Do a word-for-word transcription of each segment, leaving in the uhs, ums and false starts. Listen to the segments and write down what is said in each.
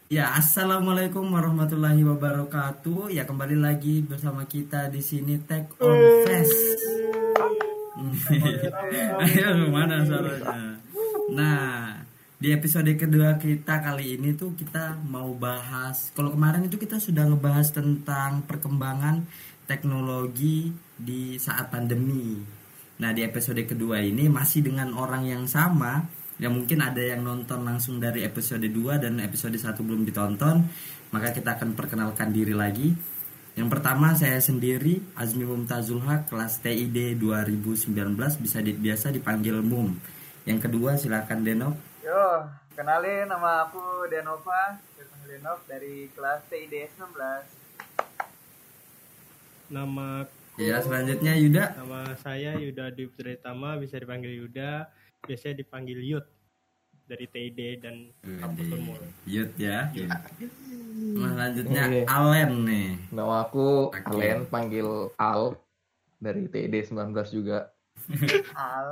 Ya, assalamualaikum warahmatullahi wabarakatuh. Ya, kembali lagi bersama kita di sini Tech on Fest. Ayo, mana suaranya? Nah, di episode kedua kita kali ini tuh kita mau bahas. Kalau kemarin itu kita sudah ngebahas tentang perkembangan teknologi di saat pandemi. Nah, di episode kedua ini masih dengan orang yang sama. Ya mungkin ada yang nonton langsung dari episode dua dan episode satu belum ditonton, maka kita akan perkenalkan diri lagi. Yang pertama saya sendiri Azmi Mumtazul Haq, kelas T I D dua ribu sembilan belas, bisa di, biasa dipanggil Mum. Yang kedua silakan Denok. Yo, kenalin nama aku Denova, saya panggil Denov dari kelas T I D sembilan belas. Nama Ya, selanjutnya Yuda. Nama saya Yuda Dwi Putritama, bisa dipanggil Yuda, biasanya dipanggil Yud dari T I D dan Kapur Yud ya. Nah, selanjutnya Oke. Alen nih. Nama aku Oke. Alen, panggil Al dari T I D sembilan belas juga. Al.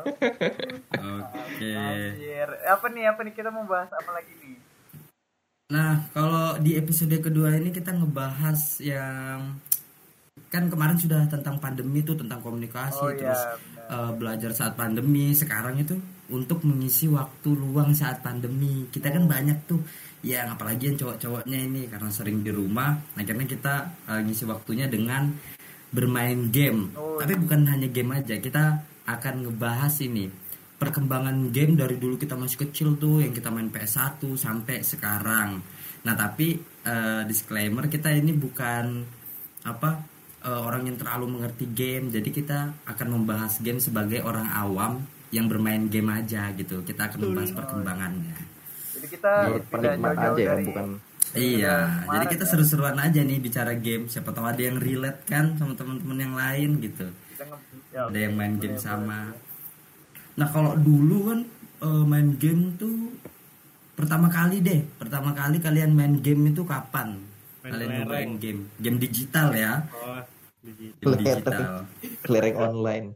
Oke. Anjir. Apa nih? Apa nih kita mau bahas apa lagi nih? Nah, kalau di episode kedua ini kita ngebahas yang kan kemarin sudah tentang pandemi itu, tentang komunikasi, Oh, iya, terus benar. eh, belajar saat pandemi. Sekarang itu untuk mengisi waktu luang saat pandemi. Kita kan banyak tuh yang apalagi yang cowok-cowoknya ini karena sering di rumah, akhirnya kita eh, ngisi waktunya dengan bermain game. Oh, Tapi bukan hanya game aja, kita akan ngebahas ini perkembangan game dari dulu kita masih kecil tuh yang kita main P S satu sampai sekarang. Nah, tapi eh, disclaimer, kita ini bukan apa eh, orang yang terlalu mengerti game. Jadi kita akan membahas game sebagai orang awam yang bermain game aja gitu. Kita akan membahas perkembangannya. Jadi kita Biar tidak penikmat jauh-jauh aja ya, dari bukan Iya, kemarin jadi kita ya. seru-seruan aja nih bicara game. Siapa tahu ada yang relate kan sama teman-teman yang lain gitu. Kita nge- ya, Ada yang main game boleh, sama. boleh. Nah, kalau dulu kan eh, main game tuh pertama kali deh. Pertama kali kalian main game itu kapan? Main Kalian kelereng. nyobain game, game digital ya, Oh, di game digital. kelereng online.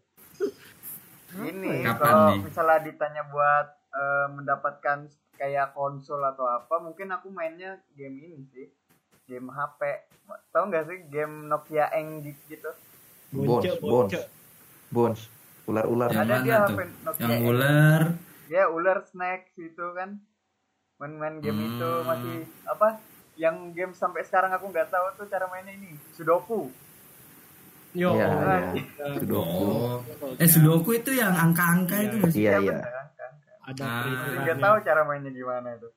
Ini Kapan kalau nih? misalnya ditanya buat eh, mendapatkan kayak konsol atau apa, mungkin aku mainnya game ini sih. Game H P. Tahu nggak sih game Nokia Eng gitu? Bones, Bonce, bones, bonce. bones, ular-ular. Yang Ada mana dia tuh? H P Nokia Yang Eng. ular. Ya ular snack gitu kan, main-main game Hmm. itu masih apa, yang game sampai sekarang aku nggak tahu tuh cara mainnya ini Sudoku. Yo, Iya, oh, iya. Sudoku. Oh. Eh, Sudoku itu yang angka-angka itu nggak sih? Iya, Ya, iya. bener, kan? ada Ah. Tapi perhitungannya. nggak tahu cara mainnya gimana itu,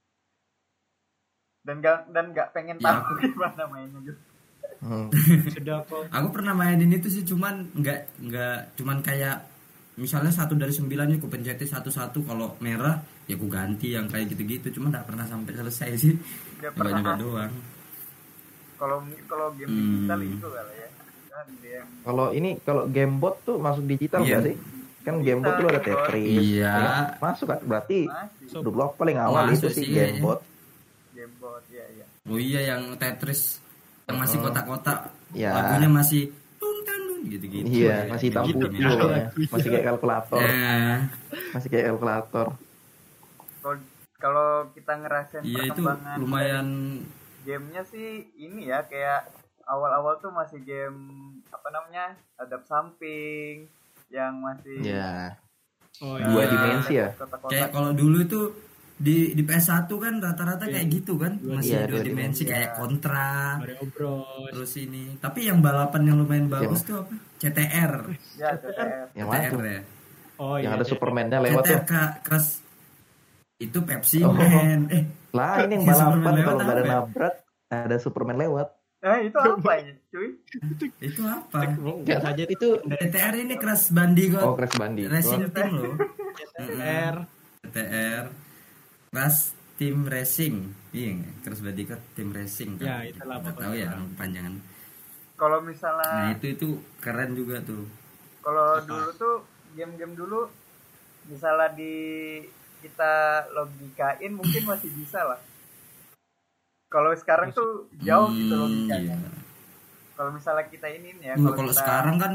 dan nggak dan nggak pengen Ya. tahu gimana mainnya gitu. Hmm. Sudah kok. Aku pernah mainin itu sih, cuman nggak nggak cuman kayak misalnya satu dari sembilan aku pencetin satu-satu, kalau merah ya aku ganti yang kayak gitu-gitu, cuma nggak pernah sampai selesai sih. Nggak Nyoba pernah. doang. Kalau kalau game Hmm. digital itu kali ya kan dia yang Kalau ini kalau gamebot tuh masuk digital Iya. nggak sih? Kan gamebot tuh ada Tetris. Iya. Ya, masuk kan? Berarti masih dulu aku paling awal Masuk itu sih sih, gamebot. game bot ya ya. Oh iya, yang Tetris yang masih Oh. kotak-kotak, Ya. lagunya masih tun tan tun gitu-gitu. Iya, masih hitam Gitu, putih gitu. loh ya. Masih kayak kalkulator. Nah, Masih kayak kalkulator. Kalau kalau kita ngerasain iya itu perkembangan lumayan. gamenya sih ini ya, kayak awal-awal tuh masih game apa namanya, hadap samping yang masih Ya, Oh, dua Iya. dimensi ya. kotak-kotak. Kayak kalau dulu itu di di P S satu kan rata-rata kayak gitu kan, masih Iya, dua dua dimensi dimensi. kayak Contra. Mario Bros. Terus ini, tapi yang balapan yang lumayan bagus tuh apa? C T R. Ya, C T R. Yang C T mana R tuh? ya. Oh Yang iya. ada iya. Superman-nya lewat C T R tuh. Ka- Crash itu Pepsi Oh. Man. Eh, Lah ini yang Yang Superman balapan lewat kalau nggak ada apa ya? nabrak ada Superman lewat. Eh itu apa ya, cuy? itu apa? Enggak saja itu C T R ini Crash Bandicoot Oh, Crash Bandicoot. Racing Team loh. C T R. C T R Crash Team Racing. Iya, nggak? Crash Bandicoot Team Racing. kan? Ya, itulah Nggak tahu pokoknya. ya nama kepanjangan. Kalau Nah, misalnya itu itu keren juga tuh. kalau dulu tuh game-game dulu misalnya di kita logikain mungkin masih bisa lah. Kalau sekarang tuh jauh gitu Hmm, logikanya. iya. Kalau misalnya kita ini nih ya, Uh, kalau kita, sekarang kan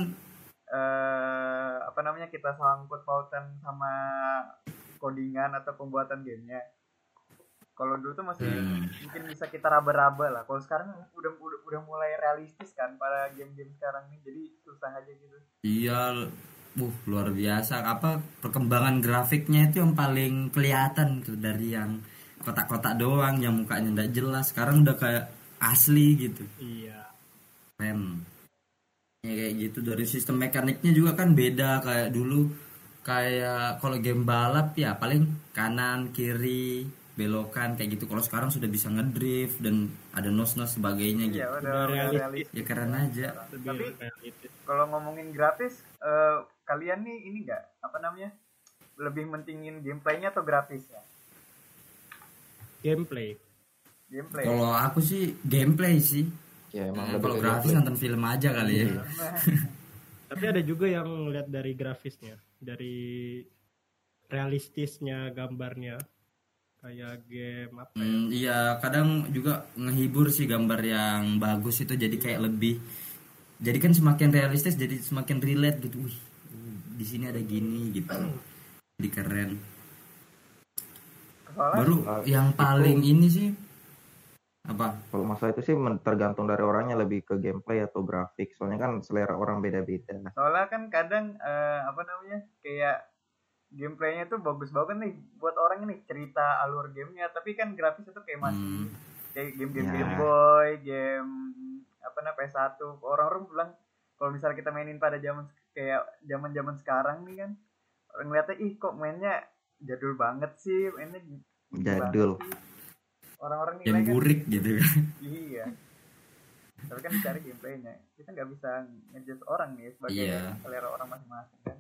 eh, apa namanya, kita sangkut pautan sama codingan atau pembuatan gamenya, Kalau dulu tuh masih Hmm. mungkin bisa kita raba-raba lah. Kalau sekarang udah, udah udah mulai realistis kan pada game-game sekarang nih. Jadi susah aja gitu. Iya, uh, luar biasa. Apa perkembangan grafiknya itu yang paling kelihatan tuh dari yang kotak-kotak doang, yang mukanya nggak jelas. Sekarang udah kayak asli gitu. Iya. Keren. Ya kayak gitu, dari sistem mekaniknya juga kan beda kayak dulu. Kayak kalau game balap ya paling kanan kiri belokan kayak gitu. Kalau sekarang sudah bisa ngedrift dan ada nos-nos sebagainya gitu. Iya, udah, Udah udah realistis. realistis. Ya keren aja. Lebih Tapi realistis. kalau ngomongin grafis, eh, kalian nih ini nggak apa namanya? Lebih mentingin gameplaynya atau grafisnya? Gameplay. Gameplay. Kalau aku sih gameplay sih. Ya emang Nah, lebih kalau ke grafis gameplay. nonton film aja kali ya. Tapi ada juga yang lihat dari grafisnya, dari realistisnya gambarnya, kayak game apa ya? Hmm, iya, kadang juga ngehibur sih gambar yang bagus itu jadi kayak lebih. Jadi kan semakin realistis jadi semakin relate gitu. Wih, di sini ada gini gitu. Jadi keren. Soalnya Baru yang paling ini sih apa? Kalau masalah itu sih men- tergantung dari orangnya, lebih ke gameplay atau grafik. Soalnya kan selera orang beda-beda. soalnya kan kadang eh, apa namanya? Kayak gameplaynya tuh bagus banget nih buat orang ini cerita alur gamenya, tapi kan grafis itu kayak masih Hmm, kayak game-game Ya. Game Boy, game apa namanya P S satu. Orang-orang bilang kalau misalnya kita mainin pada zaman kayak zaman-zaman sekarang nih kan, orang ngeliatnya ih kok mainnya jadul banget sih, mainnya gini Jadul. banget sih. Orang-orang yang nilai kan burik gitu kan. iya. Tapi kan dicari gameplaynya. Kita nggak bisa ngejudge orang nih sebagai Iya. selera orang masing-masing kan.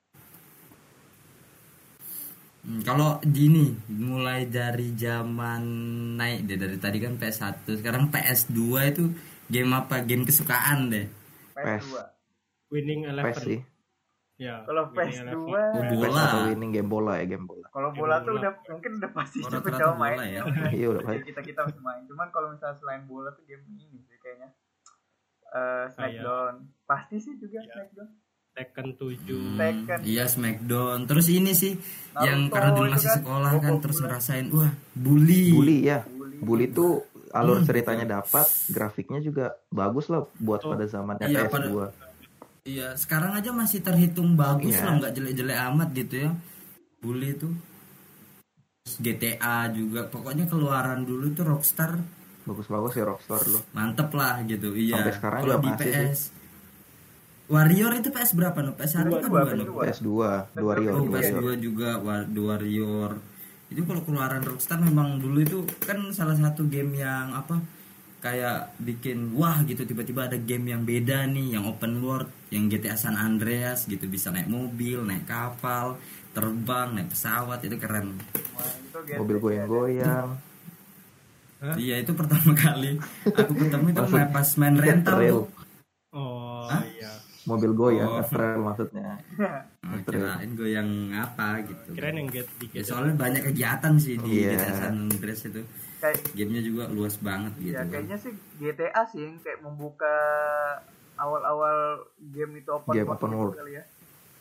Hmm, kalau gini, mulai dari zaman naik deh, dari tadi kan P S satu, sekarang P S dua itu game apa? Game kesukaan deh. P S dua. Winning P S Eleven. sih. Ya. Kalau P S Winning dua, Oh, P S bola. atau winning game bola ya, game bola. kalau Game bola tuh bola. udah mungkin udah pasti Oh, coba rata-rata coba bola main ya. Iya udah Jadi pasti. kita kita masih main. Cuman kalau misalnya selain bola tuh game ini sih kayaknya. Eh Smackdown. Pasti sih juga Iya. Smackdown. Tekken tujuh. Hmm, Tekken. iya Smackdown. Terus ini sih Naruto yang karena dulu itu masih kan, sekolah kan Goku terus Bully. ngerasain wah bully. Bully ya. Bully. Bully tuh alur Hmm. ceritanya dapat, grafiknya juga bagus lah buat Oh. pada zamannya Iya, P S dua. Iya, sekarang aja masih terhitung bagus Iya. lah, nggak jelek-jelek amat gitu ya. Bully itu. Terus G T A juga, pokoknya keluaran dulu tuh Rockstar Bagus-bagus ya Rockstar loh. mantep lah gitu. Iya. Sampai sekarang Kalau juga di masih P S Warrior itu P S berapa no? P S satu kan Dua, dua dua, no? dua. P S dua, dua Warrior, Oh, dua P S Warrior. dua juga War- The Warrior. Itu kalau keluaran Rockstar memang dulu itu kan salah satu game yang apa kayak bikin wah gitu, tiba-tiba ada game yang beda nih, yang open world, yang G T A San Andreas gitu, bisa naik mobil, naik kapal, terbang, naik pesawat, itu keren. Wah, itu game Mobil goyang-goyang. Hah? Iya, itu pertama kali aku ketemu itu Maksud- pas main rental Trail. tuh. Oh Hah? iya. Mobil goyang, Oh. trail maksudnya. Nah, kirain goyang apa gitu. Keren yang get di Ya soalnya banyak kegiatan sih di Iya. G T A San Andreas itu. kayak Gamenya juga luas banget gitu. ya kan. kayaknya sih G T A sih yang kayak membuka awal-awal game itu open Game world open gitu world. kali ya.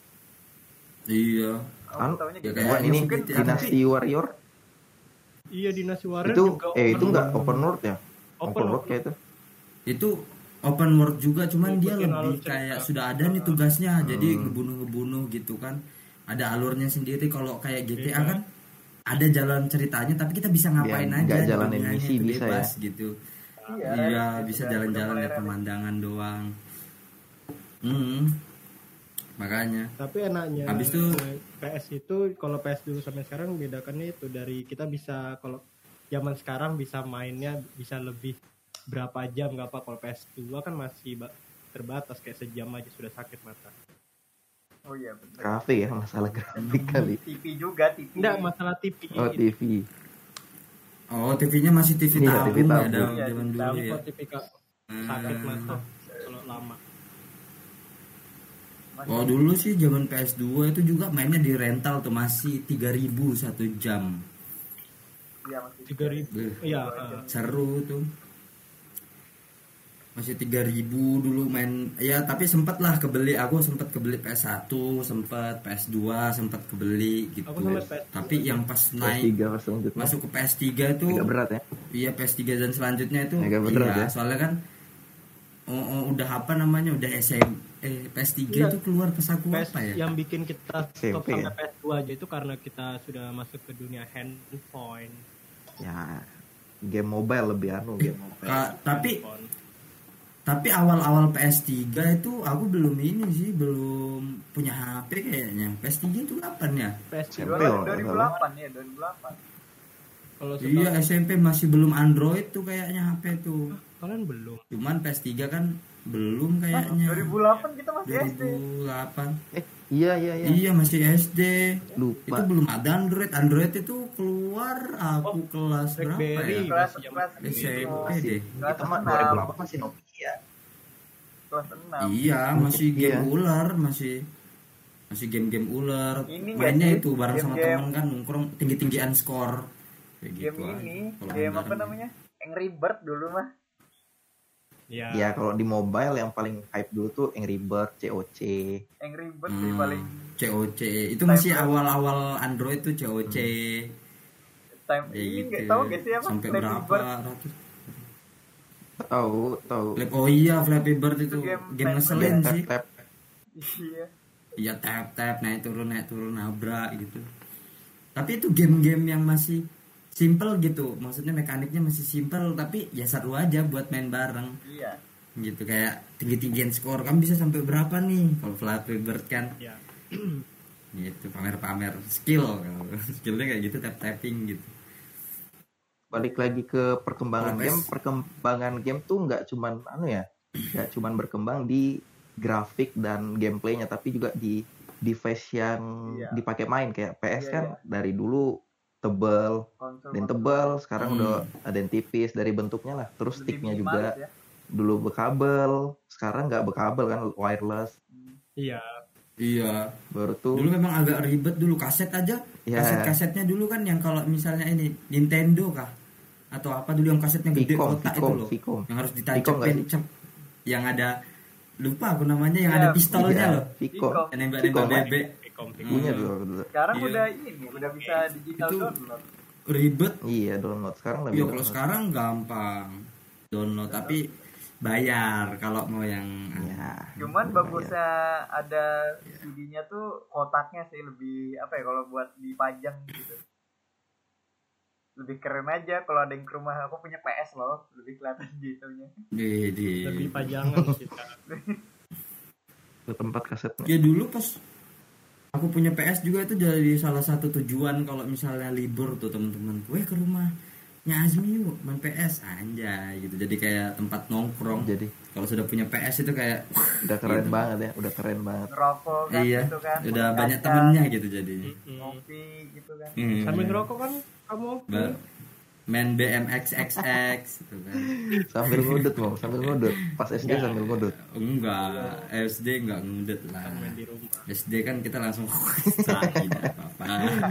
Iya. Aku An- taunya ya gitu. kayak Wah, ini mungkin Dynasty Warrior Iya Dinasti Warrior itu juga eh itu open enggak world. open world ya? Open Open world world. kayak itu. Itu open world juga, cuman dia Ngikutin alur lebih cerita. kayak sudah ada nih tugasnya, jadi Hmm. ngebunuh-ngebunuh gitu kan. Ada alurnya sendiri. Kalau kayak G T A Iya. kan ada jalan ceritanya, tapi kita bisa ngapain Iya, aja. nggak di jalanin dunianya misi itu bisa bebas gitu. Iya, Iya, realistis, bisa udah- jalan-jalan udah mulai lihat realistis. pemandangan doang. Hmm. Makanya. Tapi enaknya Habis itu- P S itu kalau P S dulu sampai sekarang bedakannya itu dari kita bisa kalau zaman sekarang bisa mainnya bisa lebih berapa jam nggak apa, kalau P S dua kan masih ba- terbatas kayak sejam aja sudah sakit mata. Oh iya benar. Grafik ya, masalah grafik kali. T V juga, T V. Enggak masalah T V. Oh, T V. Oh, T V-nya masih T V Iya, tabung T V ya tabung. dalam Iya, zaman T V dulu Tapi ya. kalau T V K sakit Hmm. mata kalau lama. Masih- Oh dulu sih zaman P S dua itu juga mainnya di rental tuh masih tiga ribu satu jam. Iya masih. tiga ribu. Beuh, Iya, Dua eh, jam. seru tuh. masih tiga ribu dulu main ya, tapi sempet lah kebeli, aku sempet kebeli P S satu, sempet P S dua, sempet kebeli gitu. Aku sempet P S dua. Tapi yang pas P S naik tiga pas selanjutnya. masuk ke P S tiga itu Agak berat ya. iya P S tiga dan selanjutnya itu Agak berat iya, ya. soalnya kan oh, oh, udah apa namanya udah S M eh P S tiga Iya. itu keluar pas aku P S apa ya? yang bikin kita S M stop P sampai ya? P S dua aja itu karena kita sudah masuk ke dunia handphone. Ya, game mobile lebih anu game mobile. Ka- tapi Handphone. tapi awal-awal P S tiga itu aku belum ini sih, belum punya H P kayaknya. P S tiga itu kapan ya? P S S M dua P loh, dua ribu delapan ya, dua ribu delapan. kalau Iya, setahu S M P masih belum Android tuh kayaknya H P tuh. kalian belum. Cuman P S tiga kan belum Ah, kayaknya. dua ribu delapan kita masih S D. dua ribu delapan. Eh, iya iya iya. Iya, masih S D. Lupa. Itu belum ada Android. Android itu keluar aku Oh, kelas berapa BlackBerry. ya? Kelas Masih kelas S M P kelas deh. kelas Kita mah enam. dua ribu delapan masih Nokia. Kelas enam. Iya, masih Iya. game ular, masih masih game-game ular. Ini nggak Mainnya sih? itu bareng sama Game-game- teman kan nongkrong tinggi-tinggian skor. Kayak Game gitu ini, aja. Kalau game main apa bareng. namanya? Angry Bird dulu mah. Ya. Ya kalau di mobile yang paling hype dulu tuh Angry Bird, C O C. Angry Bird sih Hmm, paling C O C itu masih Time- awal-awal Android tuh C O C. time Kayak ini gitu. nggak tahu gak sih apa? Sampai Flappy berapa Bird. ratus? Tahu tahu. Flap- Oh iya, Flappy Bird itu Itu game game main- ngeselin Tap sih. tap. Iya. Iya, tap tap naik turun naik turun nabrak gitu. Tapi itu game-game yang masih simple gitu. Maksudnya mekaniknya masih simple tapi ya seru aja buat main bareng. Iya. Gitu kayak tinggi-tinggian skor kamu bisa sampai berapa nih kalau Flappy Bird kan Ya. gitu, pamer-pamer skill kalau skillnya kayak gitu, tap tapping gitu. Balik lagi ke perkembangan Kalau game, P S perkembangan game tuh nggak cuman anu ya, nggak cuman berkembang di grafik dan gameplaynya, tapi juga di device yang Iya. dipakai main kayak P S Iya, kan iya. dari dulu tebel, Konsol dan konsol tebel, sekarang Hmm. udah ada yang tipis dari bentuknya lah, terus lebih sticknya minimalis juga ya. dulu berkabel, sekarang nggak berkabel kan, wireless, Hmm. Iya. Iya, baru tuh dulu memang agak ribet dulu kaset aja. Ya. Kaset-kasetnya dulu kan yang kalau misalnya ini Nintendo kah atau apa dulu yang kasetnya gede Vicom, kotak itu Vicom, loh. Vicom. Yang harus Vicom nggak ditancapin sih? cep. Yang ada lupa aku namanya yang Iya, ada pistolnya Iya, loh. Vicom. Vicom. Yang nembak-nembak Vicom, bebek. Vicom, Vicom. Punya Hmm. tuh dulu. Sekarang Iya. udah ini, udah bisa digital Itu- download. Ribet. Iya download sekarang lebih. Iya, kalau download. sekarang gampang download tapi bayar kalau mau yang Ya, Cuman lumayan. bagusnya ada C D-nya tuh kotaknya sih lebih apa ya kalau buat dipajang gitu. Lebih keren aja kalau ada yang ke rumah aku punya P S loh, lebih kelihatan gitunya. di, di. Lebih pajangan kita. Ke tempat kasetnya. Ya dulu pas aku punya P S juga itu jadi salah satu tujuan kalau misalnya libur tuh teman-temanku, eh ke rumahnya Azmi yuk main P S anjay gitu. Jadi kayak tempat nongkrong. Jadi Kalau sudah punya P S itu kayak udah keren Gitu. banget ya, udah keren banget. Ngerokok kan iya, gitu kan. udah pakai banyak kaca, temennya gitu jadi. Mm-mm. Ngopi gitu kan. Hmm. Sambil ngerokok kan kamu Ba- main B M X X X gitu kan. Sambil ngudut mau, sambil ngudut. Pas S D Enggak. sambil ngudut. Enggak, S D enggak ngudet lah. main di rumah. S D kan kita langsung tidak apa-apa.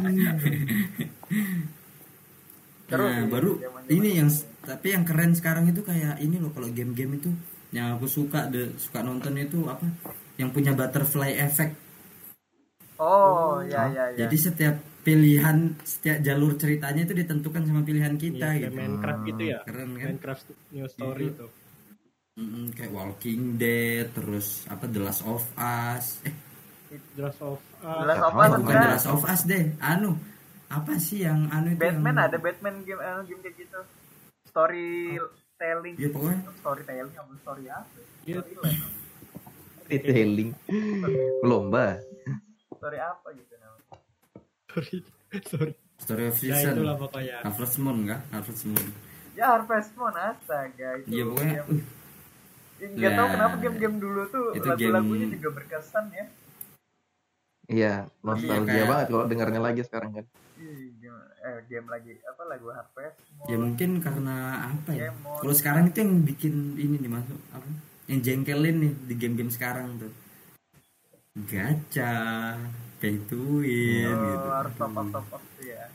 Terus Nah, sih, baru zaman-zaman ini yang dulu. tapi yang keren sekarang itu kayak ini loh, kalau game-game itu yang aku suka de, suka nonton itu apa? Yang punya butterfly effect. Oh, ya ya ya. Jadi setiap pilihan, setiap jalur ceritanya itu ditentukan sama pilihan kita Iya, kayak gitu. Minecraft gitu ya. Keren kan? Minecraft New Story Iya. itu. Mm-mm, kayak Walking Dead, terus apa The Last of Us. Eh, The Last of Us. The Last of Oh, Us bukan enggak. The Last of Us deh. Anu, apa sih yang anu itu? Batman yang... ada Batman game eh, game kayak gitu. Story telling. Ya pokoknya Story telling apa story apa? Iya. Storyline. Detailing. Lomba. Story apa gitu namanya. Sorry. Sorry. Story of Ya Season. itulah pokoknya. Harvest Moon enggak? Harvest Moon. Ya Harvest Moon astaga itu. Iya pokoknya. game- uh, Ya, nggak tahu Nah, kenapa game-game dulu tuh itu lagu-lagunya game- juga berkesan ya. Iya, nostalgia kayak- banget kalau dengarnya lagi sekarang kan. Ih, game, eh, game lagi apa lagu Harvest Moon. Ya mungkin karena apa ya? Game Kalau sekarang itu yang bikin ini nih masuk apa? Yang jengkelin nih di game-game sekarang tuh. Gacha, pay to win Oh, gitu. harus top up top up tuh ya.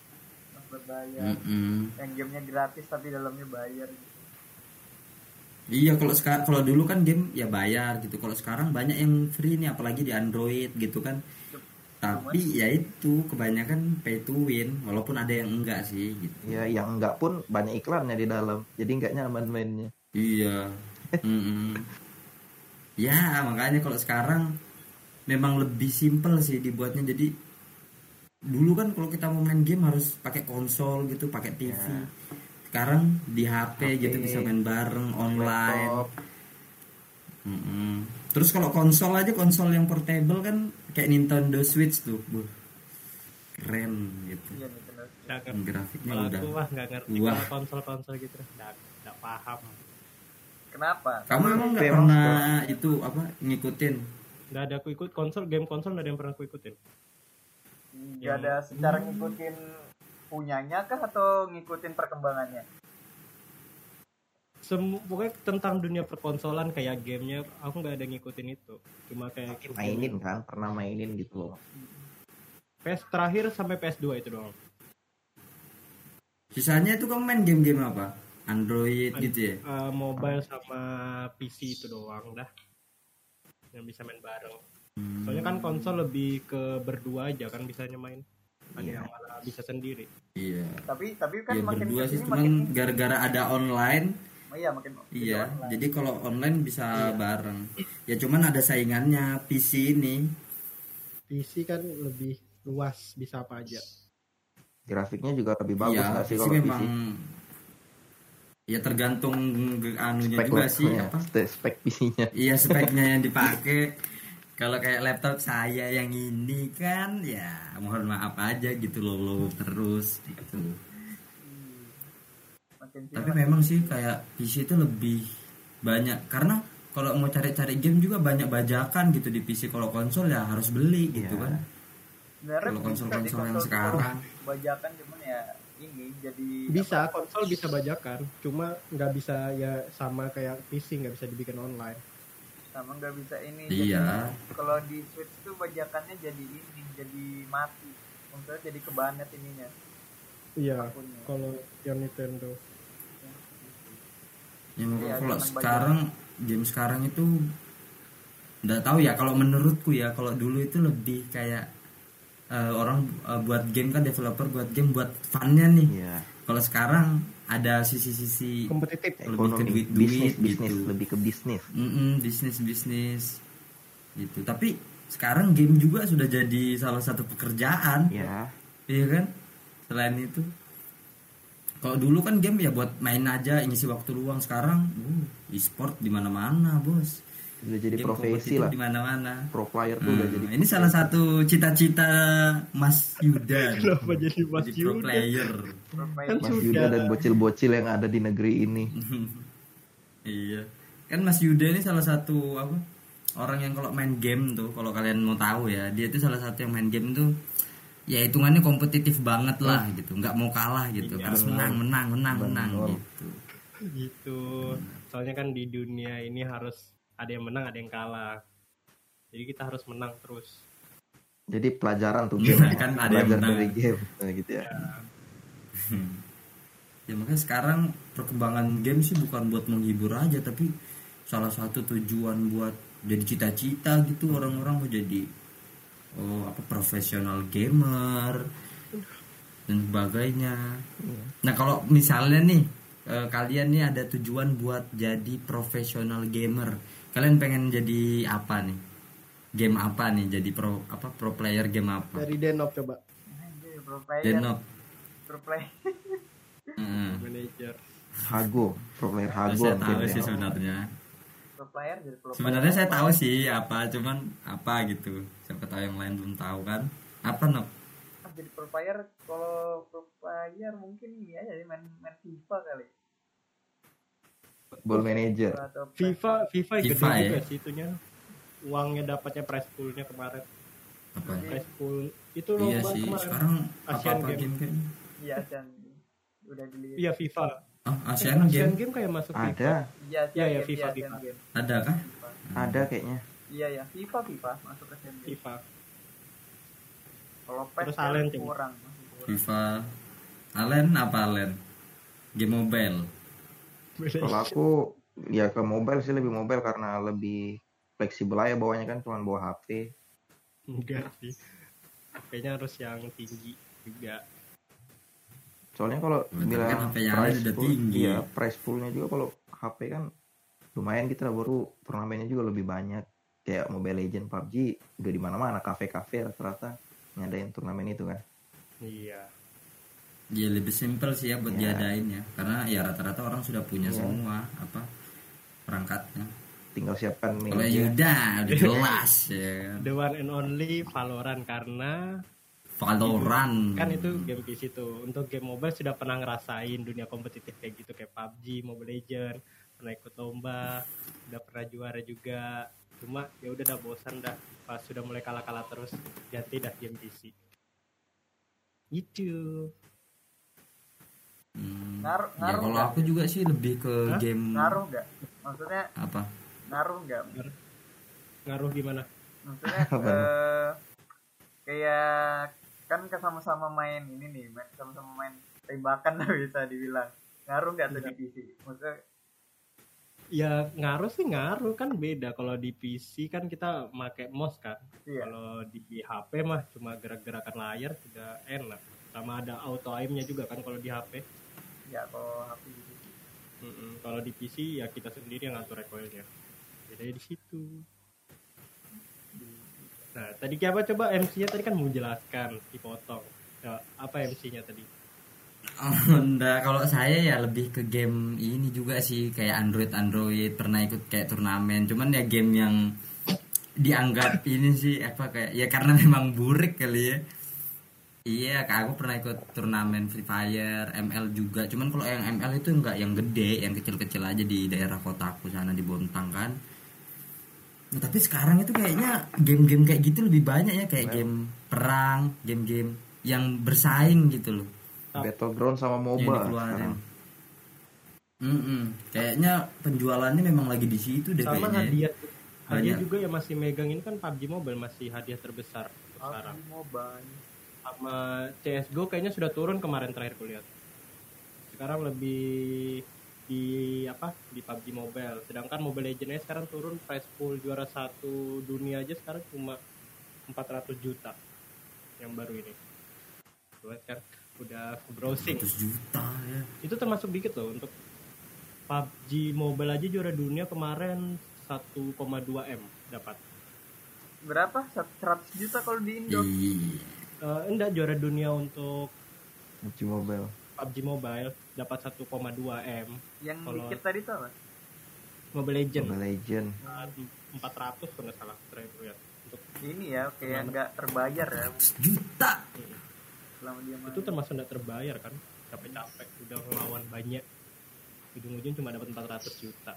Harus berbayar. Mm-mm. Yang gamenya gratis tapi dalamnya bayar gitu. Iya, kalau sekarang kalau dulu kan game ya bayar gitu. Kalau sekarang banyak yang free nih, apalagi di Android gitu kan. Tapi ya itu kebanyakan pay to win, walaupun ada yang enggak sih gitu. Ya yang enggak pun banyak iklannya di dalam, jadi enggak nyaman mainnya. Iya. Mm-mm. Ya, makanya kalau sekarang memang lebih simpel sih dibuatnya. Jadi dulu kan kalau kita mau main game harus pakai konsol gitu, pakai T V. Ya. Sekarang di H P, H P, gitu bisa main bareng online. Laptop. Mm-mm. Terus kalau konsol aja, konsol yang portable kan kayak Nintendo Switch tuh, buh, keren gitu. Iya Nintendo Switch. Nggak ngerti. Grafiknya Kalau udah. aku wah nggak ngerti Wah. kalau konsol-konsol gitu, nggak nggak paham. Kenapa? Kamu emang nggak Memang pernah itu apa ngikutin? Nggak ada aku ikut konsol, game konsol nggak ada yang pernah aku ikutin. Nggak ada secara ngikutin punyanya kah atau ngikutin perkembangannya? Semua pokoknya tentang dunia perkonsolan kayak gamenya aku nggak ada ngikutin itu. Cuma kayak Mainin kan, pernah mainin gitu loh. P S terakhir sampai P S dua itu doang. Sisanya itu kamu main game-game apa? Android An- gitu ya? eh, mobile sama P C itu doang dah. Yang bisa main bareng. Hmm. Soalnya kan konsol lebih ke berdua aja kan bisanya main. Ada Iya. yang malah bisa sendiri. Iya. Tapi tapi kan Ya makin berdua sih, kesini cuman makin gara-gara ada online. oh, iya makin Iya, online. jadi kalau online bisa bareng. Ya cuman ada saingannya P C ini. P C kan lebih luas, bisa apa aja. Grafiknya juga lebih bagus Iya, nggak P sih C kalau memang P C? ya tergantung ge- anunya Spek juga lah, sih ya, apa? spek P C-nya. Iya, speknya yang dipakai. Kalau kayak laptop saya yang ini kan ya mohon maaf aja gitu loh, low terus gitu. Makin sini Tapi makin- memang sih kayak P C itu lebih banyak karena kalau mau cari-cari game juga banyak bajakan gitu di P C. Kalau konsol ya harus beli gitu Iya. kan. sebenarnya kalau bisa konsol-konsol di yang konsol sekarang. bajakan cuman ya ini jadi Bisa, konsol bisa bajakan. Cuma nggak bisa ya sama kayak P C, nggak bisa dibikin online. sama nggak bisa ini Iya. jadi kalau di Switch tuh bajakannya jadi ini jadi mati maksudnya jadi kebanet ininya Iya, akunnya. kalau yang Nintendo. Ya, Iya, kalau senang sekarang game sekarang itu nggak tahu ya, kalau menurutku ya, kalau dulu itu lebih kayak eh, orang eh, buat game kan, developer buat game buat funnya nih. Iya. Kalau sekarang ada sisi-sisi Kompetitif. lebih ke Ekonomi, duit-duit bisnis, bisnis, gitu. lebih ke bisnis. Mm-mm, bisnis bisnis gitu. Tapi sekarang game juga sudah jadi salah satu pekerjaan, Ya, iya kan? Selain itu, kalau dulu kan game ya buat main aja, ngisi waktu luang. Sekarang, uh, e-sport di mana-mana, bos. udah jadi Game profesi kompetitif lah. di mana-mana. Pro player tuh udah Hmm, jadi. ini salah satu cita-cita Mas Yuda. Kenapa jadi Mas Jadi pro Yuda? player. Kan Mas sudah. Yuda dan bocil-bocil yang ada di negeri ini. Iya. Kan Mas Yuda ini salah satu apa? Orang yang kalau main game tuh, kalau kalian mau tahu ya, dia itu salah satu yang main game tuh ya hitungannya kompetitif banget lah gitu. Nggak mau kalah gitu. Iya, Harus menang, menang, menang, menang Benar. gitu. Gitu. Soalnya kan di dunia ini harus ada yang menang, ada yang kalah. Jadi kita harus menang terus. Jadi pelajaran tuh Iya, game. kan ada yang Belajar menang. dari game. Nah, gitu ya. Ya makanya sekarang perkembangan game sih bukan buat menghibur aja, tapi salah satu tujuan buat jadi cita-cita gitu, orang-orang mau jadi oh apa profesional gamer dan sebagainya. Nah kalau misalnya nih eh, kalian nih ada tujuan buat jadi profesional gamer, kalian pengen jadi apa nih? Game apa nih? Jadi pro apa pro player game apa? Dari Denop coba. Anjir, pro player Denop. pro player Heeh. Manager. Hago, pro player Hago. Saya mungkin tahu ya. sih sebenarnya. pro player jadi pro Sebenarnya player. saya tahu sih apa, cuman apa gitu. Siapa tahu yang lain belum tahu kan? Apa Nop? Ah, jadi pro player kalau pro player mungkin ini aja sih, main main FIFA kali Football manager. atau FIFA, FIFA, gede FIFA, juga ya? sih itunya. Uangnya dapatnya prize pool-nya kemarin. Apa? Prize pool itu Iya lomba sih, kemarin. sekarang Asian apa-apa Games. game kayaknya. iya dan udah dilihat Iya FIFA. Oh, Eh, Asian Asian Game game kayak masuk FIFA. Ada, iya Iya, iya, Asian FIFA, Game, FIFA. Game. ada kah? FIFA. ada kayaknya. Iya ya FIFA FIFA masuk ke Asian Game. FIFA. Kalau PES Terus kan Allen coba. kurang masih kurang. FIFA. Alen apa Alen? Game mobile. Kalau aku Ya ke mobile sih, lebih mobile karena lebih fleksibel aja bawanya kan, cuma bawa H P. Enggak sih. H P-nya harus yang tinggi juga. Soalnya kalau Tapi bilang kan H P yang ada price udah pool, tinggi. iya price poolnya juga kalau H P kan lumayan, kita baru turnamennya juga lebih banyak. Kayak Mobile Legends, P U B G udah di mana-mana, kafe-kafe rata-rata ngadain turnamen itu kan. Iya. Ya lebih simpel sih ya buat Ya. diadain ya, karena ya rata-rata orang sudah punya Ya. semua apa perangkatnya. Tinggal siapkan Kalau meja. Yuda udah jelas ya kan. The one and only Valorant, karena Valorant kan itu game P C tuh. Untuk game mobile sudah pernah ngerasain dunia kompetitif kayak gitu, kayak P U B G, Mobile Legends, pernah ikut lomba, udah pernah juara juga. Cuma ya udah dah bosan dah, pas sudah mulai kalah-kalah terus ganti dah game P C. Itu. Hmm. Ngaruh- Ya ngaruh kalau nggak? aku juga sih lebih ke Hah? game Ngaruh nggak? Maksudnya apa? ngaruh nggak? Ngaruh gimana? Maksudnya eh, kayak kan ke sama-sama main ini nih, main sama-sama main tembakan lah bisa dibilang. Ngaruh nggak tuh di P C? Maksudnya Ya ngaruh sih ngaruh, kan beda. Kalau di P C kan kita pakai mouse kan. iya. Kalau di H P mah cuma gerak-gerakan layar sudah enak. Sama ada auto aim-nya juga kan kalau di H P. Ya kalau H P gitu. Mm-mm. Kalau di P C ya kita sendiri yang ngatur recoilnya. Bedanya di situ. Nah, tadi apa coba M C-nya tadi kan mau jelaskan, dipotong. Ya, apa M C-nya tadi? Oh, enggak, kalau saya ya lebih ke game ini juga sih, kayak Android Android pernah ikut kayak turnamen, cuman ya game yang dianggap ini sih apa kayak ya karena memang burik kali ya. Iya, kak aku pernah ikut turnamen Free Fire, M L juga. Cuman kalau yang M L itu enggak yang gede, yang kecil-kecil aja di daerah kotaku sana di Bontang kan. Nah, tapi sekarang itu kayaknya game-game kayak gitu lebih banyak ya, kayak game perang, game-game yang bersaing gitu loh. Battleground sama Yang MOBA dikeluarin. sekarang. Mm-mm. Kayaknya penjualannya memang lagi di situ deh Sama kayaknya. hadiah. Hadiah Banyak. juga yang masih megang ini kan P U B G Mobile masih hadiah terbesar untuk sekarang. P U B G Mobile. Sama C S G O kayaknya sudah turun kemarin terakhir kulihat. Sekarang lebih di apa di P U B G Mobile. Sedangkan Mobile Legends sekarang turun, prize pool juara satu dunia aja sekarang cuma empat ratus juta yang baru ini. Lihat kan udah browsing. seratus juta ya. Itu termasuk dikit loh untuk P U B G Mobile aja juara dunia kemarin satu koma dua M dapat. Berapa? seratus juta kalau di Indo. Iya. Eh, enggak, juara dunia untuk P U B G Mobile. P U B G Mobile dapat satu koma dua M. Yang Kalau- dikit tadi tuh apa? Mobile Legend Mobile Legend. empat ratus kalau nggak salah terakhir lihat. Untuk Ini ya kayak nggak terbayar ya seratus juta. selama dia main. itu termasuk nggak terbayar kan, capek-capek udah ngelawan banyak, ujung-ujung cuma dapat empat ratus juta.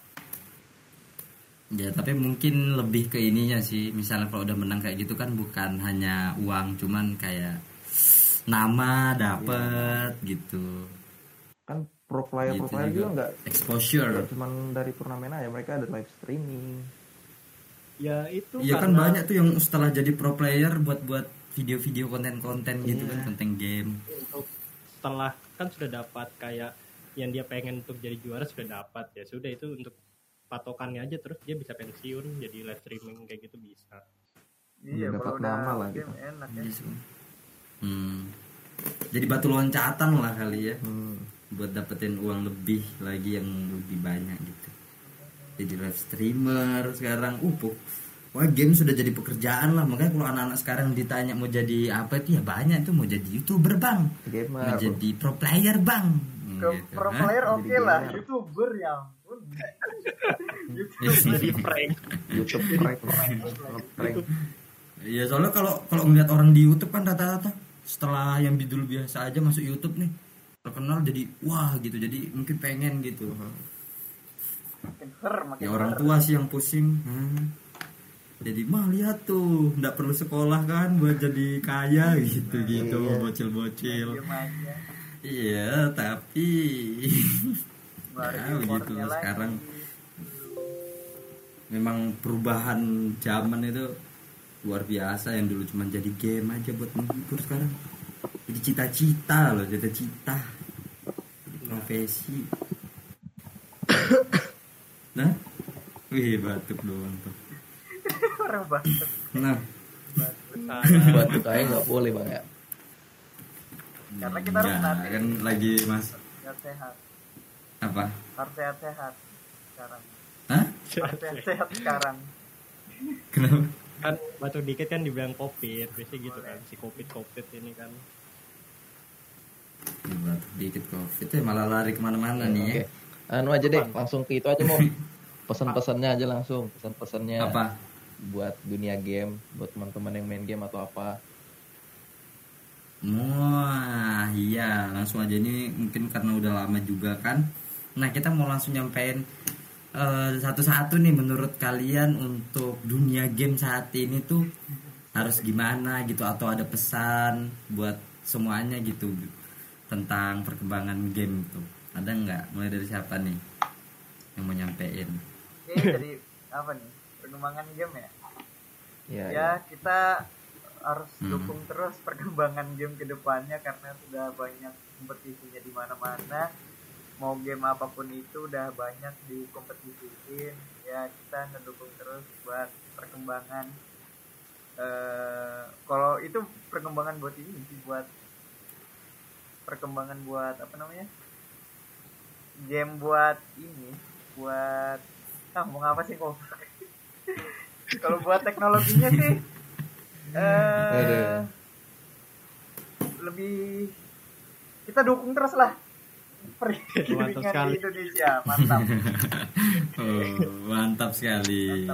Ya tapi mungkin lebih ke ininya sih. Misalnya kalau udah menang kayak gitu kan bukan hanya uang, cuman kayak nama dapet gitu. Kan pro player pro Gitu player juga juga. nggak Exposure. nggak cuman dari turnamen aja, mereka ada live streaming. Ya itu Iya kan karena banyak tuh yang setelah jadi pro player buat-buat video-video konten-konten gitu kan, Iya. konten game. untuk setelah kan sudah dapat kayak yang dia pengen untuk jadi juara sudah dapat, ya sudah itu untuk patokannya aja, terus dia bisa pensiun jadi live streaming kayak gitu bisa. Iya, Dapat kalau udah nama lah game gitu. enak ya. Gitu. Hmm. Jadi batu loncatan lah kali ya, Hmm. buat dapetin uang lebih lagi yang lebih banyak gitu. Jadi live streamer sekarang, uh, pu- wah game sudah jadi pekerjaan lah. Makanya kalau anak-anak sekarang ditanya mau jadi apa itu ya banyak tuh, mau jadi youtuber bang, mau Gamer. jadi pro player bang. Hmm, Ke gitu. pro Hah? player Jadi oke lah, gamer. YouTuber ya ampun. Jadi prank. YouTube prank. Prank. Iya soalnya kalau kalau ngeliat orang di YouTube kan rata-rata setelah yang dulu biasa aja masuk YouTube nih terkenal jadi wah gitu, jadi mungkin pengen gitu. Makin ser, makin Ya orang ser. tua sih yang pusing. Hmm. Jadi mah lihat tuh, nggak perlu sekolah kan buat jadi kaya gitu gitu, Iya. bocil-bocil. Diem aja. Iya tapi Baru ya importnya begitu lagi. sekarang. Memang perubahan zaman itu luar biasa. Yang dulu cuma jadi game aja buat menghibur, sekarang jadi cita-cita loh, cita-cita, jadi profesi. Dan Wih, batuk doang tuh. Orang batuk. Nah, Batuk aja nggak boleh bang ya. Karena kita harus enggak, nanti kan lagi mas sehat-sehat. apa? Harus sehat-sehat sekarang. Hah? Harus sehat-sehat sekarang. Kenapa? Kan batuk dikit kan dibilang covid, biasanya gitu kan, si covid covid ini kan. Batuk dikit covid ya malah lari kemana-mana nih ya. Oke. Anu aja deh, langsung ke itu aja mau. Pesan-pesannya aja langsung, pesan-pesannya Apa? buat dunia game, buat teman-teman yang main game atau apa. Wah, iya, langsung aja ini mungkin karena udah lama juga kan. Nah, kita mau langsung nyampein eh, satu-satu nih menurut kalian untuk dunia game saat ini tuh harus gimana gitu atau ada pesan buat semuanya gitu tentang perkembangan game itu. Ada nggak? Mulai dari siapa nih yang mau nyampein? Oke, jadi apa nih? Perkembangan game ya? Ya, Ya, kita harus Hmm. dukung terus perkembangan game ke depannya karena sudah banyak kompetisinya di mana-mana. Mau game apapun itu udah banyak dikompetisiin. Ya, kita ngedukung terus buat perkembangan. Eh, kalau itu perkembangan buat ini sih, buat perkembangan buat apa namanya? Game buat ini, buat ah mau apa sih kok? Kalau buat teknologinya sih eh lebih kita dukung terus lah Mantap perkembangan sekali. di Indonesia, mantap. Oh, mantap sekali.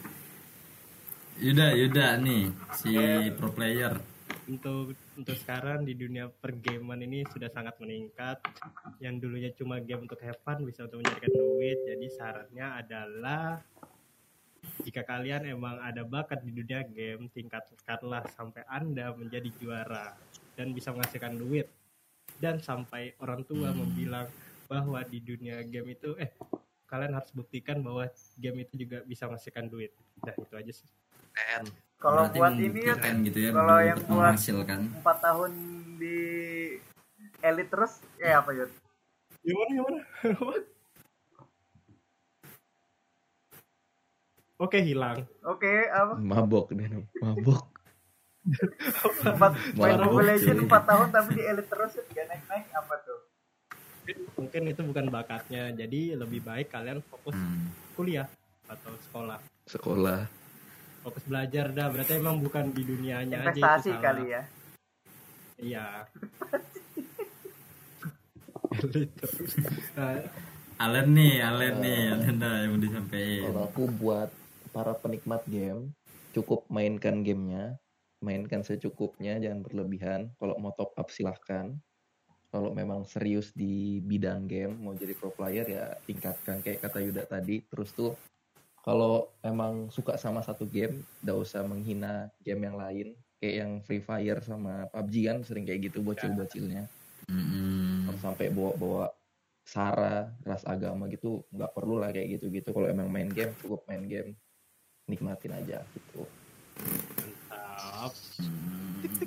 Yuda, Yuda nih si pro player. Untuk untuk sekarang di dunia pergaman ini sudah sangat meningkat. Yang dulunya cuma game untuk have fun bisa untuk mencarikan duit. Jadi sarannya adalah jika kalian emang ada bakat di dunia game, tingkatkanlah sampai Anda menjadi juara dan bisa menghasilkan duit. Dan sampai orang tua Hmm. membilang bahwa di dunia game itu eh kalian harus buktikan bahwa game itu juga bisa menghasilkan duit. Nah, itu aja sih. Kalau Berarti buat ini ya, membuktikan gitu ya, kalau untuk yang buat menghasilkan. empat tahun di elite terus kayak apa Yud? Gimana gimana? Oke, hilang. Oke, apa? mabok deh, mabok. Empat main Malah Mobile bocil. Legends empat tahun tapi di elite terus ya gak naik-naik apa tuh? Mungkin itu bukan bakatnya. Jadi lebih baik kalian fokus Hmm. kuliah atau sekolah. Sekolah. Fokus belajar dah. Berarti emang bukan di dunianya aja itu Investasi salah. kali ya. Iya. Gitu. Nah, Alen nih, Alen nih, Alen dah yang mau disampaikan. Kalau aku buat para penikmat game, cukup mainkan gamenya, mainkan secukupnya, jangan berlebihan. Kalau mau top up silahkan. Kalau memang serius di bidang game, mau jadi pro player ya tingkatkan kayak kata Yuda tadi. Terus tuh kalau emang suka sama satu game, gak usah menghina game yang lain. Kayak yang Free Fire sama P U B G kan sering kayak gitu bocil-bocilnya. Mm-mm. Harus sampai bawa-bawa sara, ras agama gitu, nggak perlu lah kayak gitu-gitu. Kalau emang main game, cukup main game, nikmatin aja gitu. mantap. Hmm.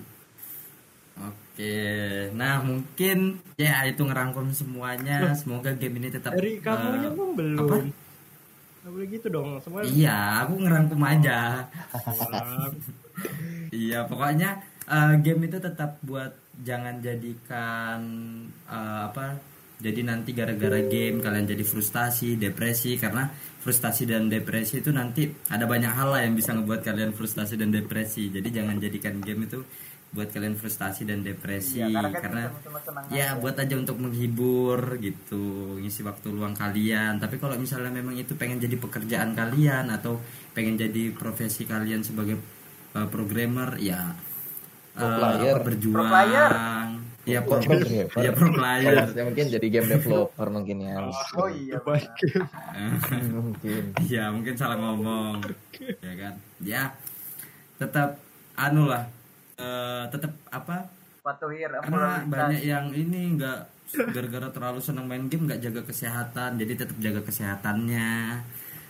Oke, nah mungkin ya itu ngerangkum semuanya. Semoga game ini tetap. Dari kamunya eh, belum belum. apa? Nggak boleh gitu dong. Semua Iya, aku ngerangkum aja. hilang. Iya, pokoknya eh, game itu tetap buat jangan jadikan eh, apa? Jadi nanti gara-gara game kalian jadi frustasi, depresi karena frustasi dan depresi itu nanti ada banyak hal lah yang bisa ngebuat kalian frustasi dan depresi. Jadi jangan jadikan game itu buat kalian frustasi dan depresi Iya, karena kan karena cuma senang ya aja. buat aja untuk menghibur gitu, ngisi waktu luang kalian. Tapi kalau misalnya memang itu pengen jadi pekerjaan kalian atau pengen jadi profesi kalian sebagai uh, programmer ya Pro uh, player. apa, berjuang. Pro player. Ya pro, Pro player. ya pro player. Ya mungkin jadi game developer mungkin ya. Oh iya. Baik. mungkin. Ya mungkin salah ngomong ya kan. Ya tetap anu lah uh, tetap apa Patuhi karena lalu banyak lintas. yang ini nggak gara-gara terlalu senang main game nggak jaga kesehatan, jadi tetap jaga kesehatannya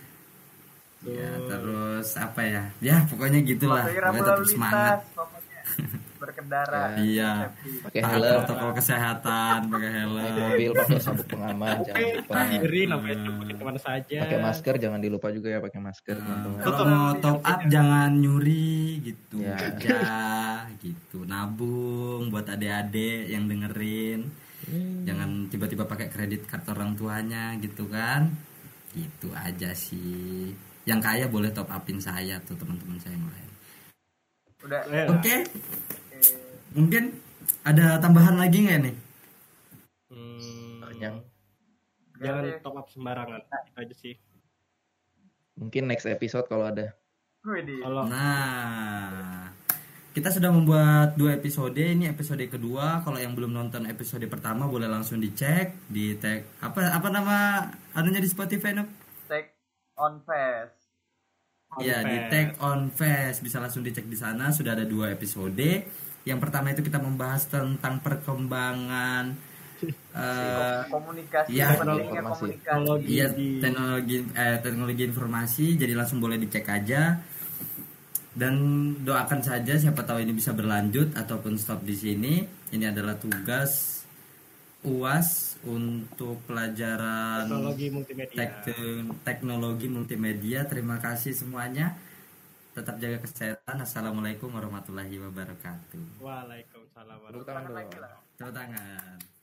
ya. Terus apa ya ya pokoknya gitulah, Patuhi pokoknya lalu tetap lintas semangat. pokoknya. Berkendara. Iya. safety. Pakai Taat helm. protokol kesehatan, pakai helm. sambil pakai sabuk pengaman, jangan lupa. Diri namanya pakai kemana saja. Pakai masker jangan dilupa juga ya, pakai masker Nah, teman-teman. kalau mau top up jangan nyuri gitu Ya. aja gitu, nabung buat adik-adik yang dengerin. Hmm. Jangan tiba-tiba pakai kredit kartu orang tuanya gitu kan. Gitu aja sih. Yang kaya boleh top upin saya tuh teman-teman saya yang lain. Udah. Eh, Oke. Oke. Mungkin ada tambahan lagi nggak nih? hmm, Banyak. jangan Oke. top up sembarangan. Itu aja sih. Mungkin next episode kalau ada. Widih. Kalau Nah, kita sudah membuat dua episode. Ini episode kedua. Kalau yang belum nonton episode pertama boleh langsung dicek di tag apa apa nama anunya di Spotify, Nob? Take on fast. Iya, di tag on Fest, bisa langsung dicek di sana. Sudah ada dua episode. Yang pertama itu kita membahas tentang perkembangan eh, Komunikasi, iya, pentingnya informasi. komunikasi. Teknologi. iya, di- teknologi eh, teknologi informasi. Jadi langsung boleh dicek aja. Dan doakan saja siapa tahu ini bisa berlanjut ataupun stop di sini. Ini adalah tugas U A S untuk pelajaran teknologi multimedia. Tek- teknologi multimedia. Terima kasih semuanya. Tetap jaga kesehatan. Assalamualaikum warahmatullahi wabarakatuh. Waalaikumsalam. Tepuk tangan dong. Lagi lah. Tepuk tangan.